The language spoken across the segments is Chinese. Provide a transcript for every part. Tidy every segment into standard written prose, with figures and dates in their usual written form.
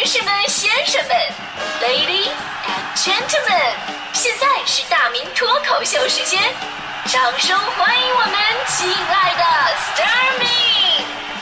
士们、先生们 ，Ladies and Gentlemen， 现在是大明脱口秀时间，掌声欢迎我们亲爱的 Starmin。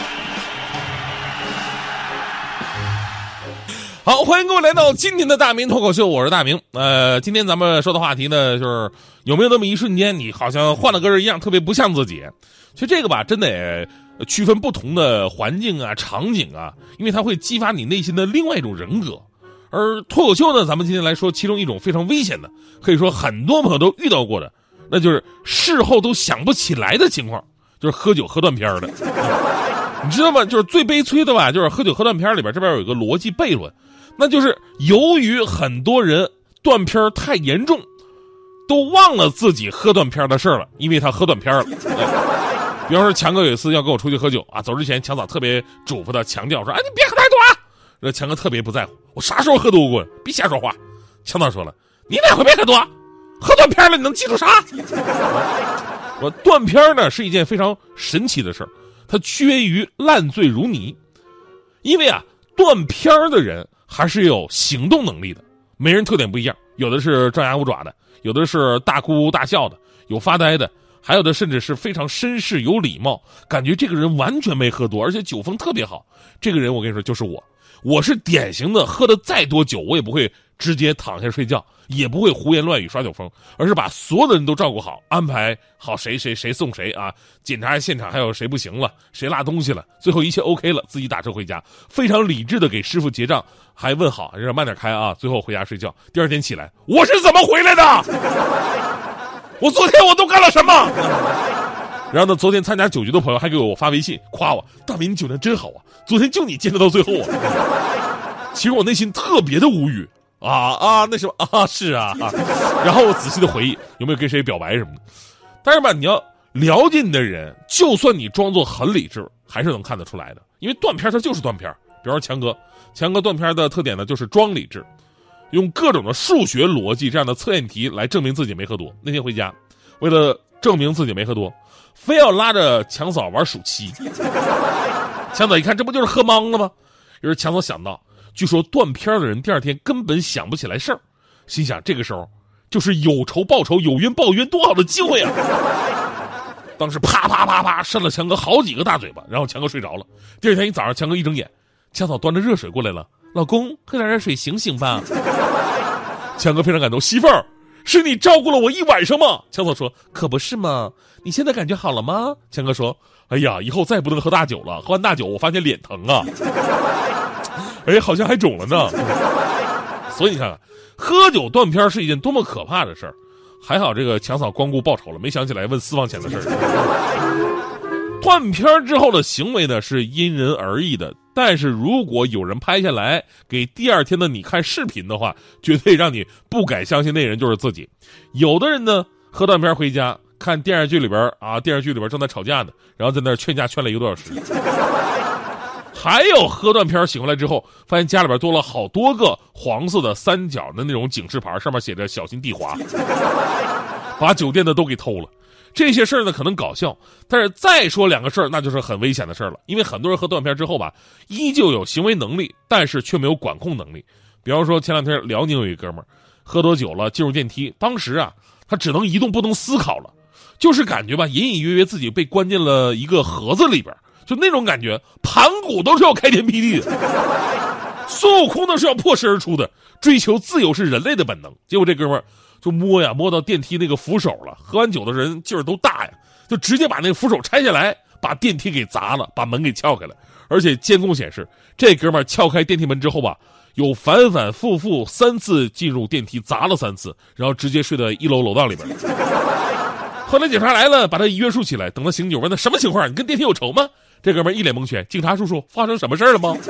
好，欢迎各位来到今天的大明脱口秀，我是大明。今天咱们说的话题呢，就是有没有那么一瞬间，你好像换了个人一样，特别不像自己。其实这个吧，真得区分不同的环境啊、场景啊，因为它会激发你内心的另外一种人格。而脱口秀呢，咱们今天来说其中一种非常危险的，可以说很多朋友都遇到过的，那就是事后都想不起来的情况，就是喝酒喝断片的。你知道吗？就是最悲催的吧，就是喝酒喝断片里边，这边有一个逻辑悖论，那就是由于很多人断片太严重，都忘了自己喝断片的事了，因为他喝断片了。比方说强哥有一次要跟我出去喝酒啊，走之前强嫂特别嘱咐他强调说：“哎，你别喝太多啊。”这强哥特别不在乎，我啥时候喝多过？别瞎说话。强嫂说了：“你哪回没喝多？喝断片了，你能记住啥？”我断片呢是一件非常神奇的事儿，它趋于于烂醉如泥，因为啊，断片的人还是有行动能力的，每人特点不一样，有的是张牙舞爪的，有的是大哭大笑的，有发呆的，还有的甚至是非常绅士有礼貌，感觉这个人完全没喝多，而且酒风特别好。这个人我跟你说就是我是典型的喝的再多酒我也不会直接躺下睡觉，也不会胡言乱语耍酒疯，而是把所有的人都照顾好，安排好谁送谁啊，检查现场还有谁不行了，谁落东西了，最后一切 OK 了，自己打车回家，非常理智的给师傅结账，还问好让慢点开啊，最后回家睡觉。第二天起来，我是怎么回来的？我昨天我都干了什么？然后呢，昨天参加酒局的朋友还给我发微信夸我：“大明，你酒量真好啊，昨天就你坚持到最后啊。”其实我内心特别的无语那什么是啊。然后我仔细的回忆有没有跟谁表白什么的。但是吧，你要了解你的人，就算你装作很理智，还是能看得出来的，因为断片它就是断片。比如说强哥断片的特点呢，就是装理智，用各种的数学逻辑这样的测验题来证明自己没喝多。那天回家，为了证明自己没喝多，非要拉着强嫂玩数七。强嫂一看，这不就是喝懵了吗？于是强嫂想到，据说断片的人第二天根本想不起来事儿，心想这个时候就是有仇报仇，有冤报冤，多好的机会啊！当时啪啪啪啪扇了强哥好几个大嘴巴，然后强哥睡着了。第二天一早上，强哥一睁眼，强嫂端着热水过来了，老公喝点热水醒醒吧。强哥非常感动，媳妇儿，是你照顾了我一晚上吗？强嫂说：“可不是吗？你现在感觉好了吗？”强哥说：“哎呀，以后再也不能喝大酒了，喝完大酒我发现脸疼啊，哎，好像还肿了呢。”所以你看看，喝酒断片是一件多么可怕的事儿。还好这个强嫂光顾报仇了，没想起来问私房钱的事儿。断片之后的行为呢是因人而异的，但是如果有人拍下来给第二天的你看视频的话，绝对让你不敢相信那人就是自己。有的人呢喝断片回家看电视剧里边正在吵架呢，然后在那儿劝架劝了1个多小时。还有喝断片醒过来之后，发现家里边多了好多个黄色的三角的那种警示牌，上面写着小心地滑，把酒店的都给偷了。这些事儿呢可能搞笑，但是再说两个事儿那就是很危险的事儿了。因为很多人喝断片之后吧，依旧有行为能力，但是却没有管控能力。比方说前两天辽宁有一哥们儿喝多酒了，进入电梯，当时啊他只能移动不能思考了，就是感觉吧隐隐约约自己被关进了一个盒子里边，就那种感觉，盘古都是要开天辟地的，孙悟空呢是要破世而出的，追求自由是人类的本能。结果这哥们儿就摸到电梯那个扶手了，喝完酒的人劲儿都大呀，就直接把那个扶手拆下来，把电梯给砸了，把门给撬开了。而且监控显示，这哥们儿撬开电梯门之后吧，有反反复复3次进入电梯，砸了3次，然后直接睡到1楼楼道里边。后来警察来了，把他约束起来，等他醒酒问他什么情况，你跟电梯有仇吗？这哥们儿一脸蒙圈，警察叔叔发生什么事了吗？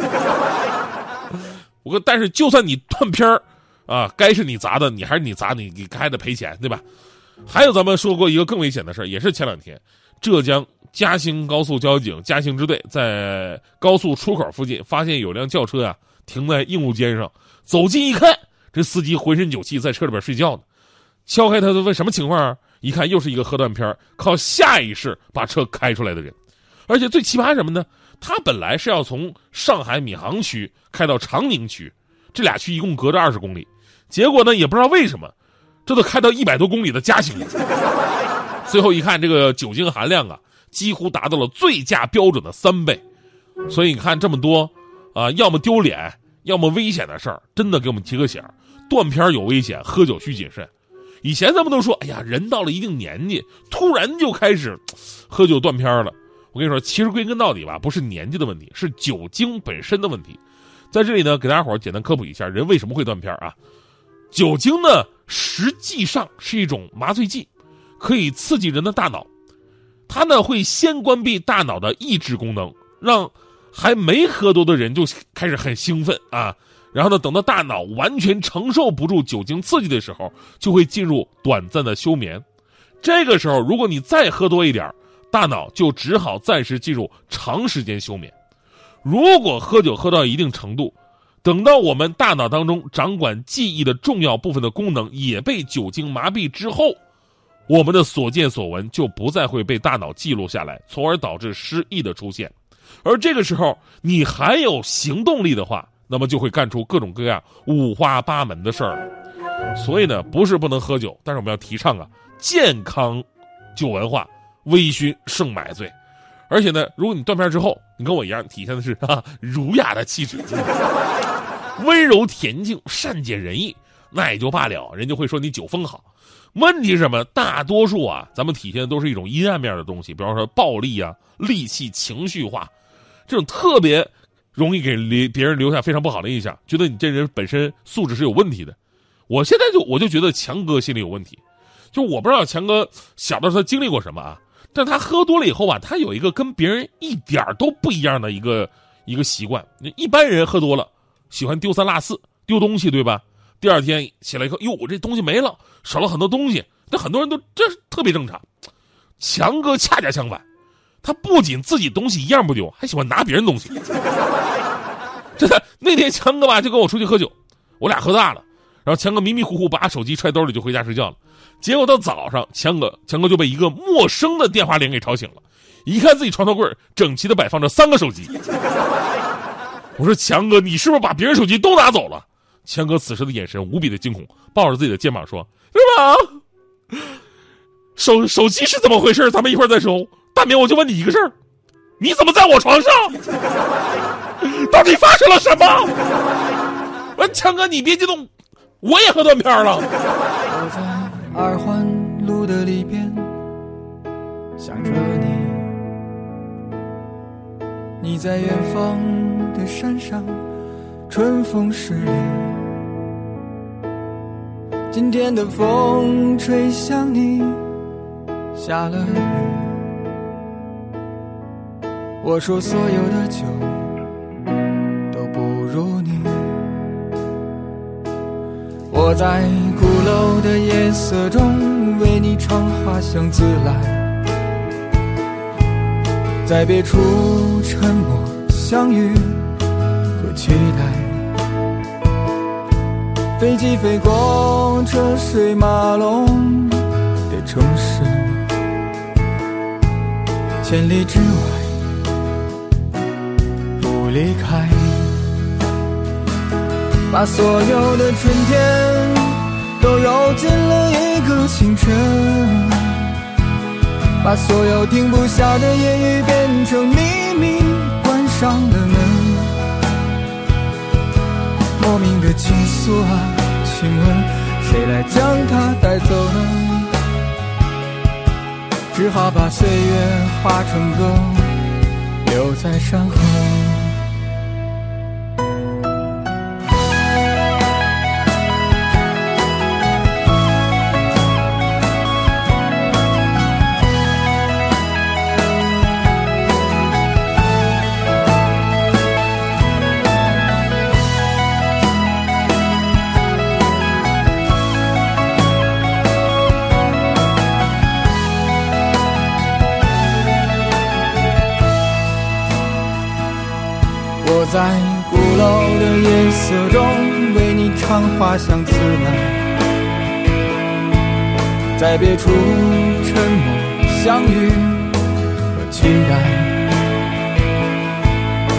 但是就算你断片儿啊，该是你砸的，你还是你砸，你还得赔钱，对吧？还有咱们说过一个更危险的事，也是前两天，浙江嘉兴高速交警嘉兴支队在高速出口附近发现有辆轿车啊停在硬路肩上，走近一看，这司机浑身酒气，在车里边睡觉呢。敲开他问什么情况啊？一看又是一个喝断片靠下意识把车开出来的人。而且最奇葩什么呢？ 他本来是要从上海闵行区开到长宁区，这俩区一共隔着20公里，结果呢也不知道为什么，这都开到100多公里的嘉兴了。最后一看，这个酒精含量啊，几乎达到了醉驾标准的3倍。所以你看这么多要么丢脸，要么危险的事儿，真的给我们提个醒：断片有危险，喝酒需谨慎。以前咱们都说，哎呀，人到了一定年纪，突然就开始喝酒断片了。我跟你说，其实归根到底吧，不是年纪的问题，是酒精本身的问题。在这里呢，给大家伙简单科普一下，人为什么会断片啊？酒精呢，实际上是一种麻醉剂，可以刺激人的大脑，它呢会先关闭大脑的抑制功能，让还没喝多的人就开始很兴奋啊。然后呢，等到大脑完全承受不住酒精刺激的时候，就会进入短暂的休眠。这个时候，如果你再喝多一点，大脑就只好暂时进入长时间休眠。如果喝酒喝到一定程度，等到我们大脑当中掌管记忆的重要部分的功能也被酒精麻痹之后，我们的所见所闻就不再会被大脑记录下来，从而导致失忆的出现。而这个时候你还有行动力的话，那么就会干出各种各样五花八门的事儿了。所以呢，不是不能喝酒，但是我们要提倡健康酒文化，微醺胜买醉。而且呢，如果你断片之后，你跟我一样体现的是儒雅的气质，温柔恬静，善解人意，那也就罢了，人就会说你酒风好。问题是什么？大多数咱们体现的都是一种阴暗面的东西，比方说暴力戾气、情绪化，这种特别容易给别人留下非常不好的印象，觉得你这人本身素质是有问题的。我现在我就觉得强哥心里有问题，就我不知道强哥小的时候他经历过什么但他喝多了以后他有一个跟别人一点都不一样的一个习惯。一般人喝多了喜欢丢三落四，丢东西，对吧？第二天起来以后，哟，我这东西没了，少了很多东西，那很多人都这是特别正常。强哥恰恰相反，他不仅自己东西一样不丢，还喜欢拿别人东西。真的，那天强哥就跟我出去喝酒，我俩喝大了，然后强哥迷迷糊糊把手机揣兜里就回家睡觉了。结果到早上，强哥就被一个陌生的电话铃给吵醒了，一看自己床头柜整齐的摆放着3个手机。我说强哥，你是不是把别人手机都拿走了？强哥此时的眼神无比的惊恐，抱着自己的肩膀说：“是吧？手机是怎么回事？咱们一会儿再说。大明，我就问你一个事儿，你怎么在我床上？到底发生了什么？”强哥，你别激动，我也喝断片了。 我在二环路的里边想着你在远方的山上，春风十里。今天的风吹向你，下了雨。我说所有的酒都不如你。我在鼓楼的夜色中为你唱花香自来，在别处沉默相遇和期待。飞机飞过车水马龙的城市，千里之外不离开。把所有的春天都揉进了一个清晨，把所有停不下的言语变成秘密，关上了门。莫名的情愫请问谁来将它带走呢？只好把岁月化成歌，留在山河。我在鼓楼的夜色中为你唱花香自来，在别处沉默相遇和期待。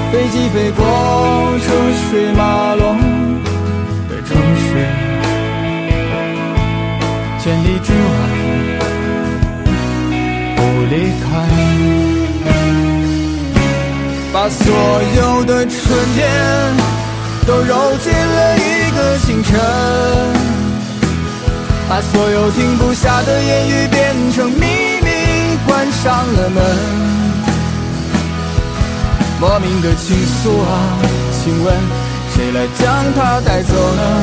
飞机飞过车水马龙的城市，千里之外不离开，把所有的春天都揉进了一个清晨，把所有停不下的言语变成秘密，关上了门。莫名的倾诉啊，请问谁来将它带走呢？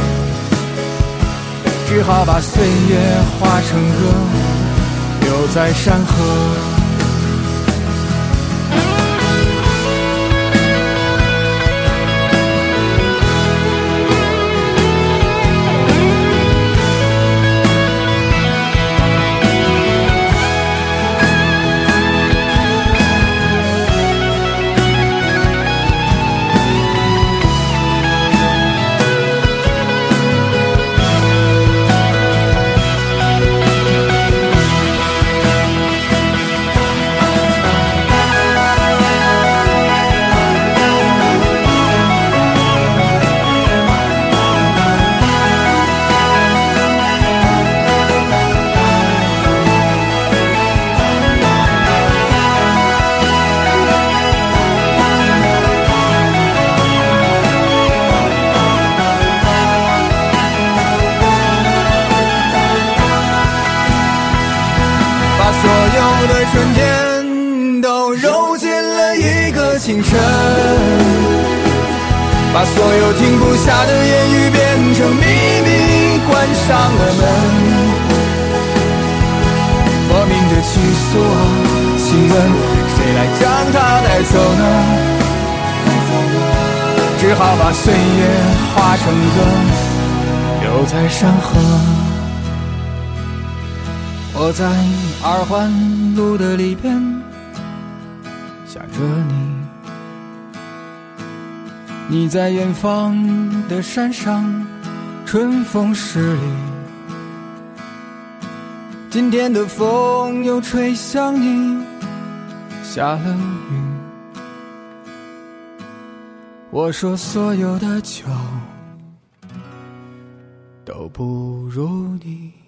只好把岁月化成歌，留在山河。春天都揉进了一个清晨，把所有停不下的言语变成秘密，关上了门。莫名的倾诉啊，请问谁来将它带走呢？只好把岁月化成歌，留在山河。我在二环路的里边想着你，你在远方的山上春风十里，今天的风又吹向你，下了雨。我说所有的酒都不如你。